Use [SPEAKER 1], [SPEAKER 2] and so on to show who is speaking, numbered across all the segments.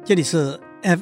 [SPEAKER 1] 这里是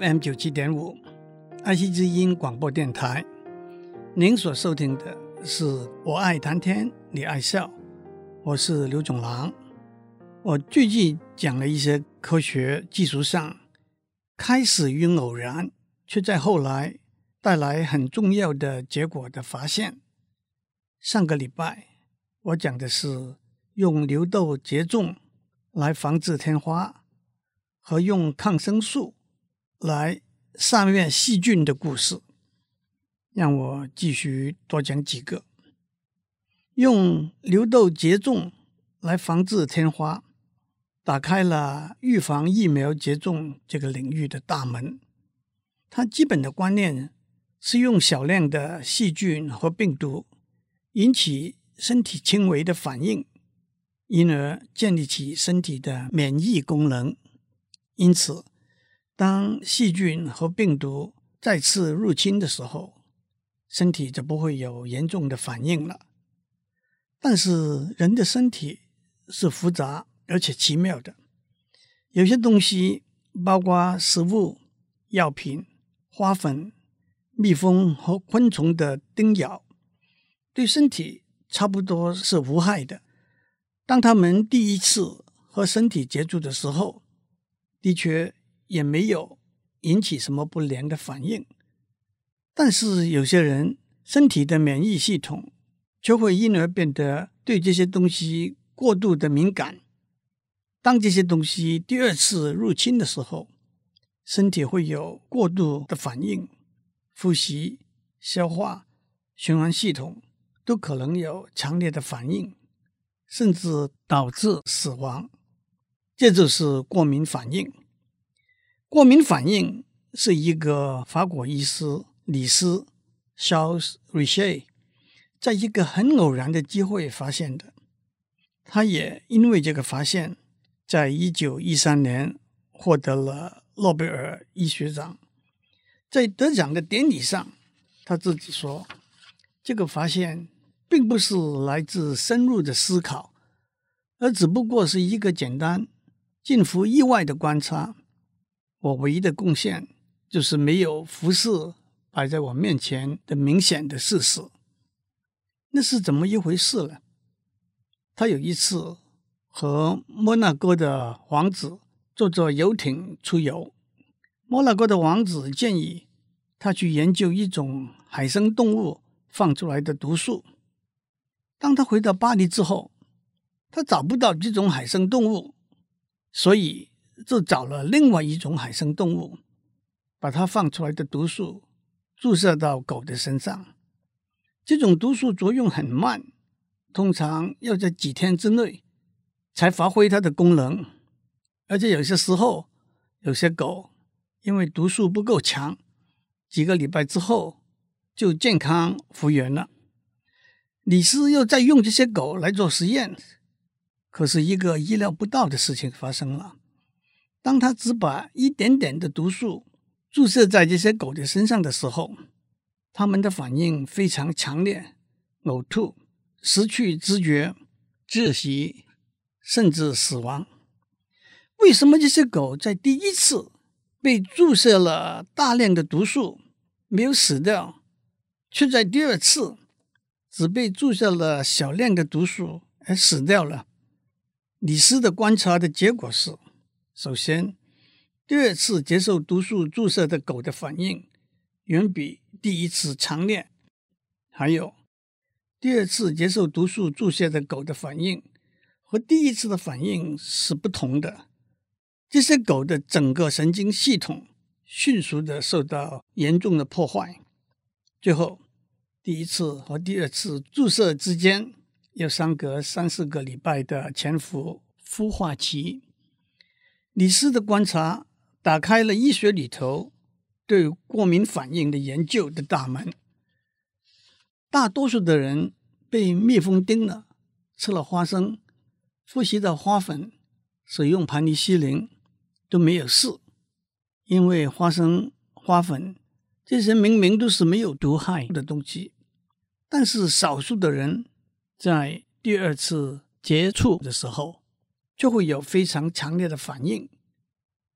[SPEAKER 1] FM97.5 爱惜之音广播电台，您所收听的是我爱谈天你爱笑，我是刘总郎。我最近讲了一些科学技术上开始于偶然，却在后来带来很重要的结果的发现。上个礼拜我讲的是用牛痘接种来防治天花和用抗生素来杀灭细菌的故事，让我继续多讲几个。用牛痘接种来防治天花，打开了预防疫苗接种这个领域的大门。它基本的观念是用小量的细菌和病毒引起身体轻微的反应，因而建立起身体的免疫功能。因此，当细菌和病毒再次入侵的时候，身体就不会有严重的反应了。但是人的身体是复杂而且奇妙的，有些东西包括食物、药品、花粉、蜜蜂和昆虫的叮咬，对身体差不多是无害的。当它们第一次和身体接触的时候，的确也没有引起什么不良的反应。但是有些人身体的免疫系统就会因而变得对这些东西过度的敏感。当这些东西第二次入侵的时候，身体会有过度的反应，呼吸、消化、循环系统都可能有强烈的反应，甚至导致死亡。这就是过敏反应。过敏反应是一个法国医师李斯 Charles Richet 在一个很偶然的机会发现的。他也因为这个发现，在1913年获得了诺贝尔医学奖。在得奖的典礼上，他自己说，这个发现并不是来自深入的思考，而只不过是一个简单近乎意外的观察。我唯一的贡献就是没有忽视摆在我面前的明显的事实。那是怎么一回事呢？他有一次和摩纳哥的王子坐游艇出游，摩纳哥的王子建议他去研究一种海生动物放出来的毒素。当他回到巴黎之后，他找不到这种海生动物，所以就找了另外一种海生动物，把它放出来的毒素注射到狗的身上。这种毒素作用很慢，通常要在几天之内才发挥它的功能，而且有些时候有些狗因为毒素不够强，几个礼拜之后就健康复原了。李斯又在用这些狗来做实验，可是一个意料不到的事情发生了。当他只把一点点的毒素注射在这些狗的身上的时候，它们的反应非常强烈，呕吐、失去知觉、窒息，甚至死亡。为什么这些狗在第一次被注射了大量的毒素没有死掉，却在第二次只被注射了小量的毒素而死掉了？李斯的观察的结果是，首先，第二次接受毒素注射的狗的反应远比第一次强烈。还有，第二次接受毒素注射的狗的反应和第一次的反应是不同的。这些狗的整个神经系统迅速地受到严重的破坏。最后，第一次和第二次注射之间要相隔3-4个礼拜的潜伏孵化期。李斯的观察打开了医学里头对过敏反应的研究的大门。大多数的人被蜜蜂叮了，吃了花生，呼吸到花粉，使用盘尼西林都没有事，因为花生、花粉这些明明都是没有毒害的东西。但是少数的人在第二次接触的时候就会有非常强烈的反应，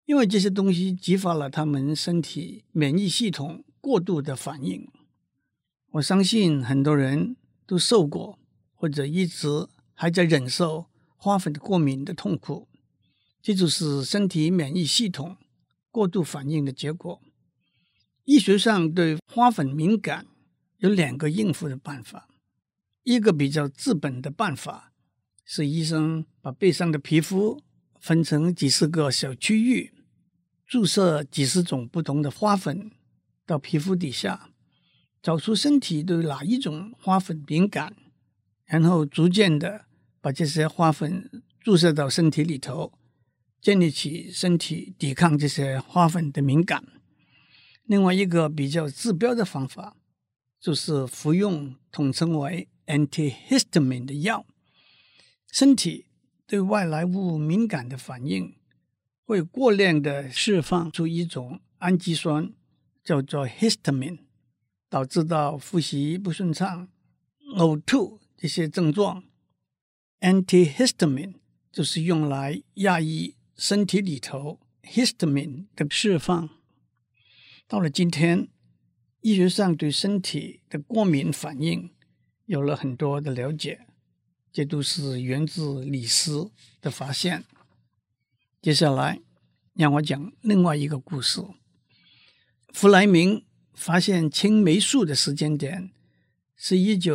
[SPEAKER 1] 因为这些东西激发了他们身体免疫系统过度的反应。我相信很多人都受过或者一直还在忍受花粉过敏的痛苦，这就是身体免疫系统过度反应的结果。医学上对花粉敏感有2个应付的办法。一个比较治本的办法是医生把背上的皮肤分成几十个小区域，注射几十种不同的花粉到皮肤底下，找出身体对哪一种花粉敏感，然后逐渐的把这些花粉注射到身体里头，建立起身体抵抗这些花粉的敏感。另外一个比较治标的方法就是服用统称为 antihistamine 的药。身体对外来物敏感的反应会过量的释放出一种氨基酸，叫做 histamine， 导致到呼吸不顺畅、呕吐这些症状。antihistamine 就是用来压抑身体里头 histamine 的释放。到了今天，医学上对身体的过敏反应有了很多的了解，这都是源自李斯的发现。接下来让我讲另外一个故事。弗莱明发现青霉素的时间点是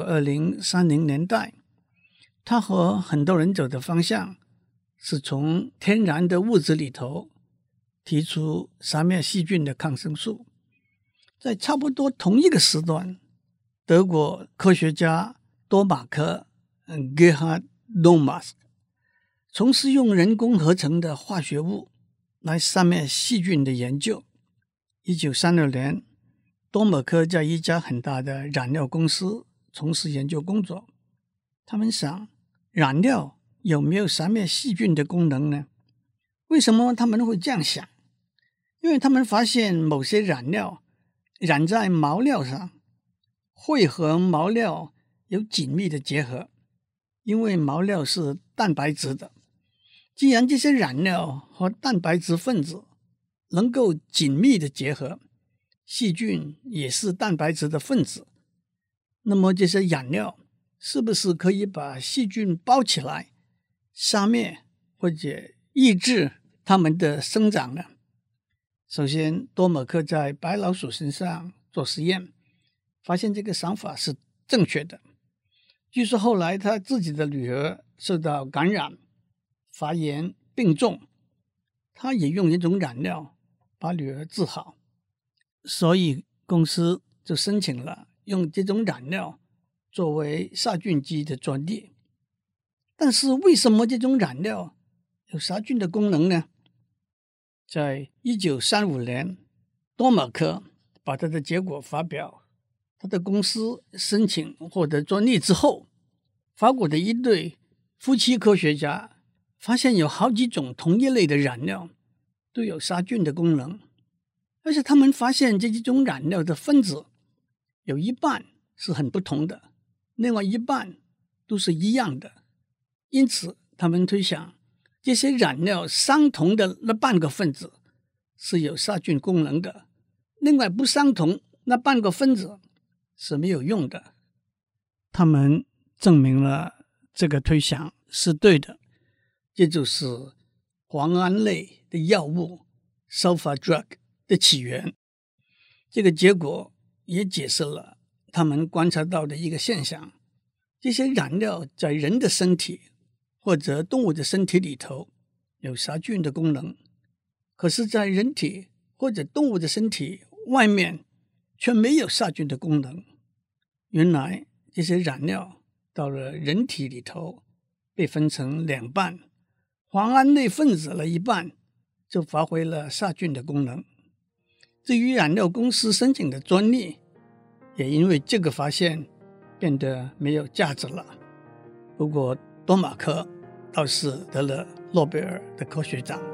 [SPEAKER 1] 1920-30年代，他和很多人走的方向是从天然的物质里头提出杀灭细菌的抗生素。在差不多同一个时段，德国科学家多马克 Gerhard Domas 从事用人工合成的化学物来杀灭细菌的研究。1936年，多马克在一家很大的染料公司从事研究工作。他们想，染料有没有杀灭细菌的功能呢？为什么他们会这样想？因为他们发现某些染料染在毛料上会和毛料有紧密的结合，因为毛料是蛋白质的。既然这些染料和蛋白质分子能够紧密的结合，细菌也是蛋白质的分子，那么这些染料是不是可以把细菌包起来，杀灭或者抑制它们的生长呢？首先，多马克在白老鼠身上做实验，发现这个想法是正确的。据说后来他自己的女儿受到感染、发炎病重，他也用一种染料把女儿治好，所以公司就申请了用这种染料作为杀菌剂的专利。但是为什么这种染料有杀菌的功能呢？在1935年，多马克把他的结果发表，他的公司申请获得专利之后，法国的一对夫妻科学家发现有好几种同一类的染料都有杀菌的功能，而且他们发现这几种染料的分子有一半是很不同的，另外一半都是一样的。因此他们推想，这些染料相同的那半个分子是有杀菌功能的，另外不相同那半个分子是没有用的。他们证明了这个推想是对的，这就是磺胺类的药物 sulfur drug 的起源。这个结果也解释了他们观察到的一个现象，这些染料在人的身体或者动物的身体里头有杀菌的功能，可是在人体或者动物的身体外面却没有杀菌的功能。原来这些染料到了人体里头被分成2半，磺胺类分子的一半就发挥了杀菌的功能。至于染料公司申请的专利，也因为这个发现变得没有价值了。不过多马克倒是得了诺贝尔的科学奖。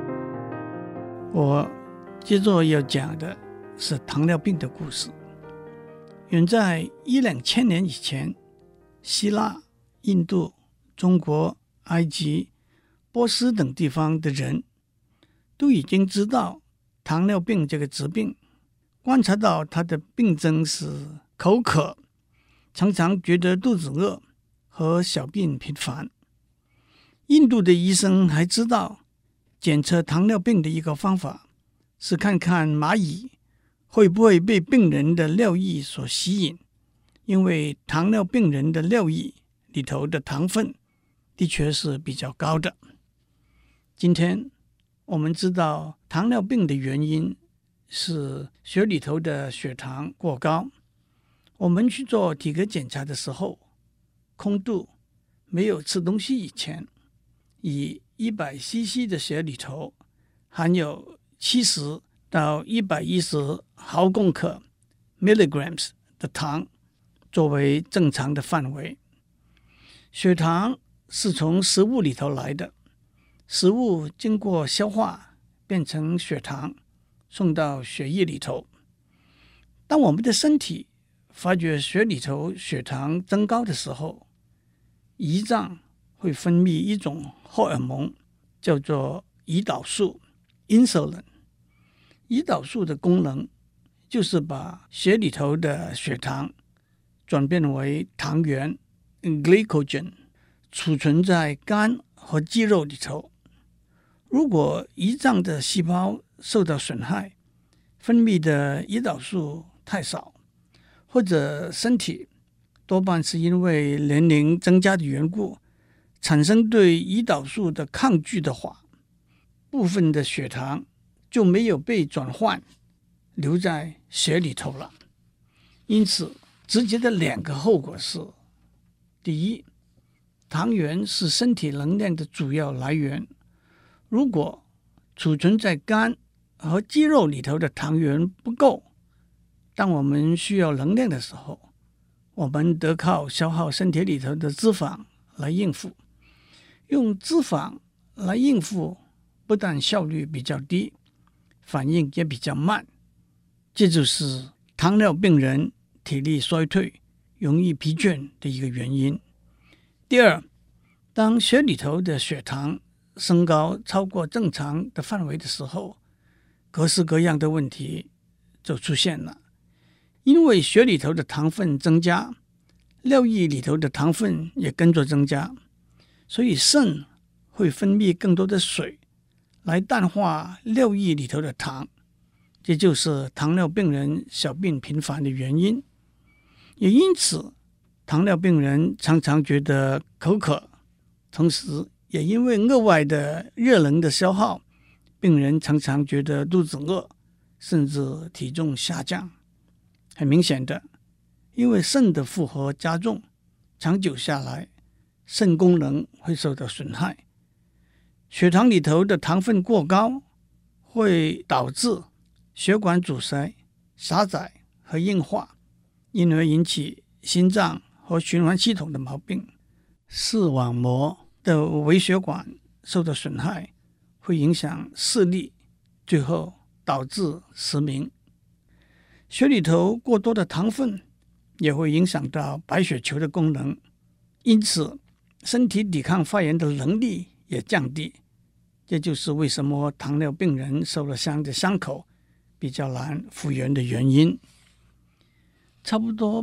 [SPEAKER 1] 我接着要讲的是糖尿病的故事。 远在1-2千年以前，希腊、印度、中国、埃及、波斯等地方的人都已经知道糖尿病这个疾病，观察到它的病症是口渴，常常觉得肚子饿和小便频繁。印度的医生还知道检测糖尿病的一个方法是看看蚂蚁会不会被病人的尿液所吸引，因为糖尿病人的尿液里头的糖分的确是比较高的。今天我们知道糖尿病的原因是血里头的血糖过高。我们去做体格检查的时候，空肚没有吃东西以前，以100cc 的血里头含有70到110毫公克 milligrams 的糖作为正常的范围。血糖是从食物里头来的，食物经过消化变成血糖，送到血液里头。当我们的身体发觉血里头血糖增高的时候，胰脏会分泌一种荷尔蒙，叫做胰岛素 insulin。 胰岛素的功能就是把血里头的血糖转变为糖原 glycogen， 储存在肝和肌肉里头。如果胰脏的细胞受到损害，分泌的胰岛素太少，或者身体多半是因为年龄增加的缘故，产生对胰岛素的抗拒的话，部分的血糖就没有被转换留在血里头了。因此直接的2个后果是：第一，糖原是身体能量的主要来源，如果储存在肝和肌肉里头的糖原不够，当我们需要能量的时候，我们得靠消耗身体里头的脂肪来应付。用脂肪来应付，不但效率比较低，反应也比较慢，这就是糖尿病人体力衰退、容易疲倦的一个原因。第二，当血里头的血糖升高超过正常的范围的时候，各式各样的问题就出现了。因为血里头的糖分增加，尿液里头的糖分也跟着增加，所以肾会分泌更多的水来淡化尿液里头的糖，这就是糖尿病人小便频繁的原因。也因此，糖尿病人常常觉得口渴，同时也因为额外的热能的消耗，病人常常觉得肚子饿，甚至体重下降。很明显的，因为肾的负荷加重，长久下来，肾功能会受到损害。血糖里头的糖分过高，会导致血管阻塞、狭窄和硬化，因而引起心脏和循环系统的毛病。视网膜的微血管受到损害，会影响视力，最后导致失明。血里头过多的糖分也会影响到白血球的功能，因此身体抵抗发炎的能力也降低。这就是为什么糖尿病人受了伤的伤口比较难复原的原因。差不多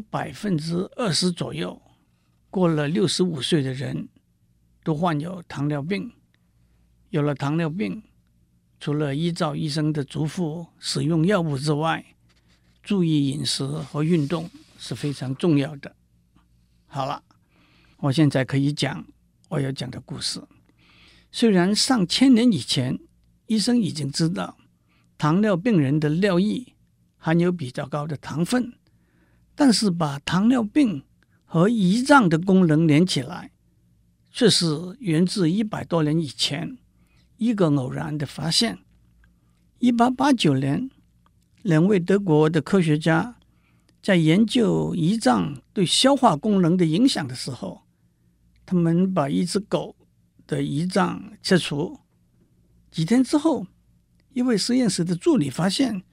[SPEAKER 1] 20%左右过了65岁的人都患有糖尿病。有了糖尿病，除了依照医生的嘱咐使用药物之外，注意饮食和运动是非常重要的。好了，我现在可以讲我要讲的故事。虽然上千年以前，医生已经知道糖尿病人的尿液含有比较高的糖分，但是把糖尿病和胰脏的功能连起来，却是源自100多年以前一个偶然的发现。1889年，2位德国的科学家在研究胰脏对消化功能的影响的时候，他们把一只狗的胰脏切除。几天之后，一位实验室的助理发现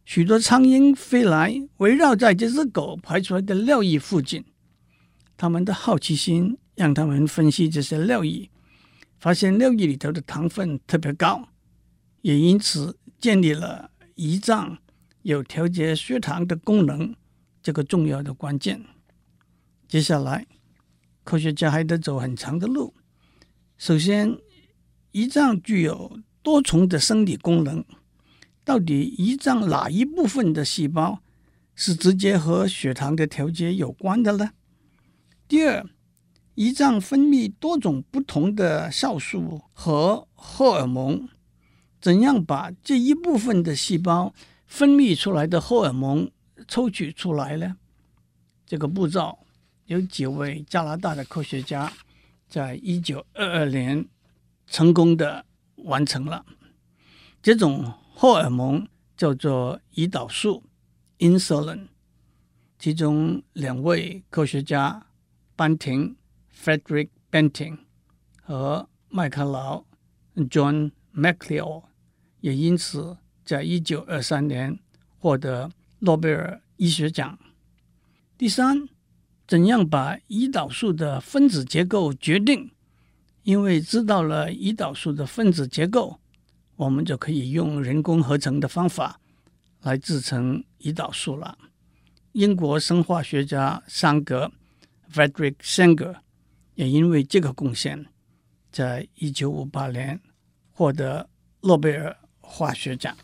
[SPEAKER 1] 许多苍蝇飞来，围绕在这只狗排出来的尿液附近。他们的好奇心让他们分析这些尿液，发现尿液里头的糖分特别高，也因此建立了胰脏有调节血糖的功能这个重要的关键。接下来，科学家还得走很长的路。首先，胰脏具有多重的生理功能，到底胰脏哪一部分的细胞是直接和血糖的调节有关的呢？第二，胰脏分泌多种不同的酵素和荷尔蒙，怎样把这一部分的细胞分泌出来的荷尔蒙抽取出来呢？这个步骤有几位加拿大的科学家在1922年成功的完成了。这种荷尔蒙叫做胰岛素 insulin， 其中2位科学家班廷 Frederick Banting 和麦克劳 John McLeod 也因此在1923年获得诺贝尔医学奖。第三，怎样把胰岛素的分子结构决定？因为知道了胰岛素的分子结构，我们就可以用人工合成的方法来制成胰岛素了。英国生化学家桑格 Frederick Sanger 也因为这个贡献，在1958年获得诺贝尔化学奖。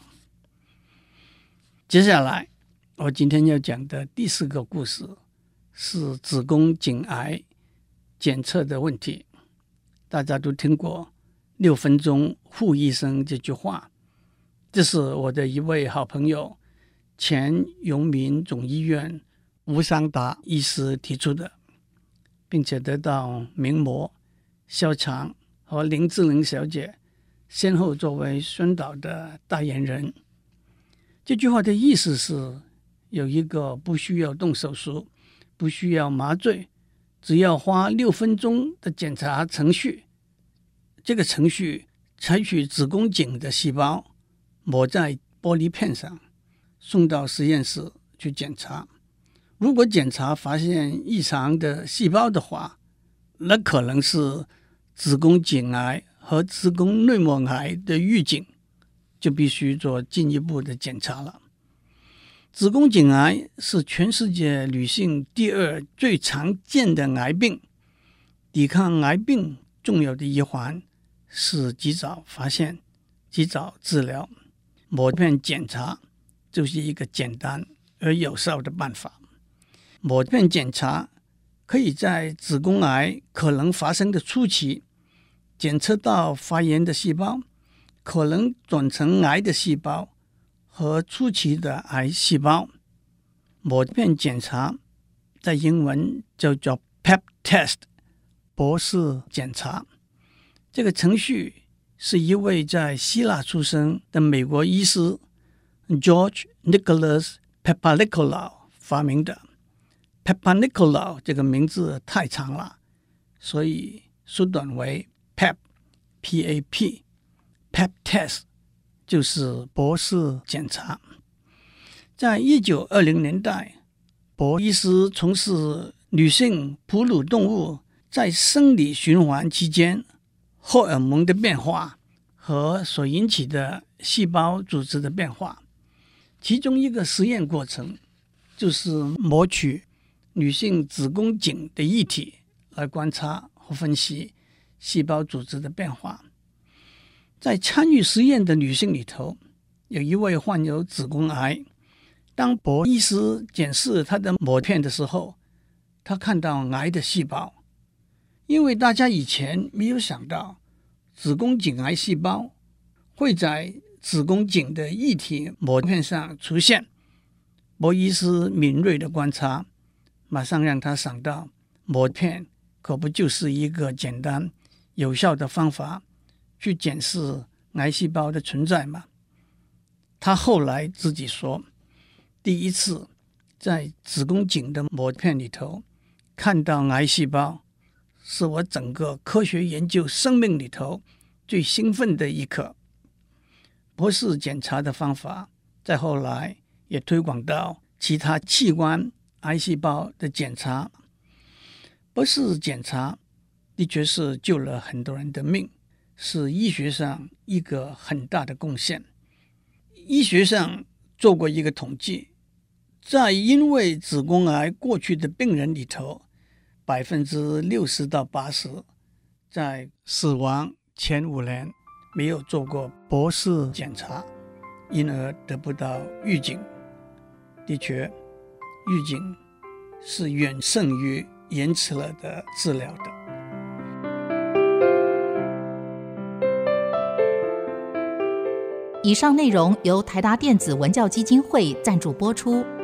[SPEAKER 1] 接下来，我今天要讲的第4个故事是子宫颈癌检测的问题。大家都听过6分钟护医生这句话，这是我的一位好朋友，前荣民总医院吴桑达医师提出的，并且得到名模萧蔷和林志玲小姐先后作为宣导的代言人。这句话的意思是，有一个不需要动手术、不需要麻醉，只要花6分钟的检查程序。这个程序采取子宫颈的细胞抹在玻璃片上，送到实验室去检查。如果检查发现异常的细胞的话，那可能是子宫颈癌和子宫内膜癌的预警，就必须做进一步的检查了。子宫颈癌是全世界女性第2最常见的癌病，抵抗癌病重要的一环是及早发现、及早治疗。抹片检查就是一个简单而有效的办法。抹片检查可以在子宫癌可能发生的初期检测到发炎的细胞、可能转成癌的细胞和初期的癌细胞。抹片检查在英文叫做 Pap Test， 博士检查。这个程序是一位在希腊出生的美国医师 George Nicholas Papanicolaou 发明的。Papanicolaou 这个名字太长了，所以缩短为 PAP P-A-P Pap Test 就是博士检查。在1920年代，博医师从事女性哺乳动物在生理循环期间荷尔蒙的变化和所引起的细胞组织的变化。其中一个实验过程就是抹取女性子宫颈的液体来观察和分析细胞组织的变化。在参与实验的女性里头，有一位患有子宫癌。当博医师检视她的抹片的时候，他看到癌的细胞。因为大家以前没有想到子宫颈癌细胞会在子宫颈的液体抹片上出现，博医师敏锐的观察，马上让他想到抹片可不就是一个简单有效的方法去检视癌细胞的存在吗？他后来自己说，第一次在子宫颈的抹片里头看到癌细胞，是我整个科学研究生命里头最兴奋的一刻。博士检查的方法在后来也推广到其他器官癌细胞的检查。博士检查的确是救了很多人的命，是医学上一个很大的贡献。医学上做过一个统计，在因为子宫癌过去的病人里头，60%到80%在死亡前5年没有做过博士检查，因而得不到预警。的确，预警是远胜于延迟了的治疗的。
[SPEAKER 2] 以上内容由台达电子文教基金会赞助播出。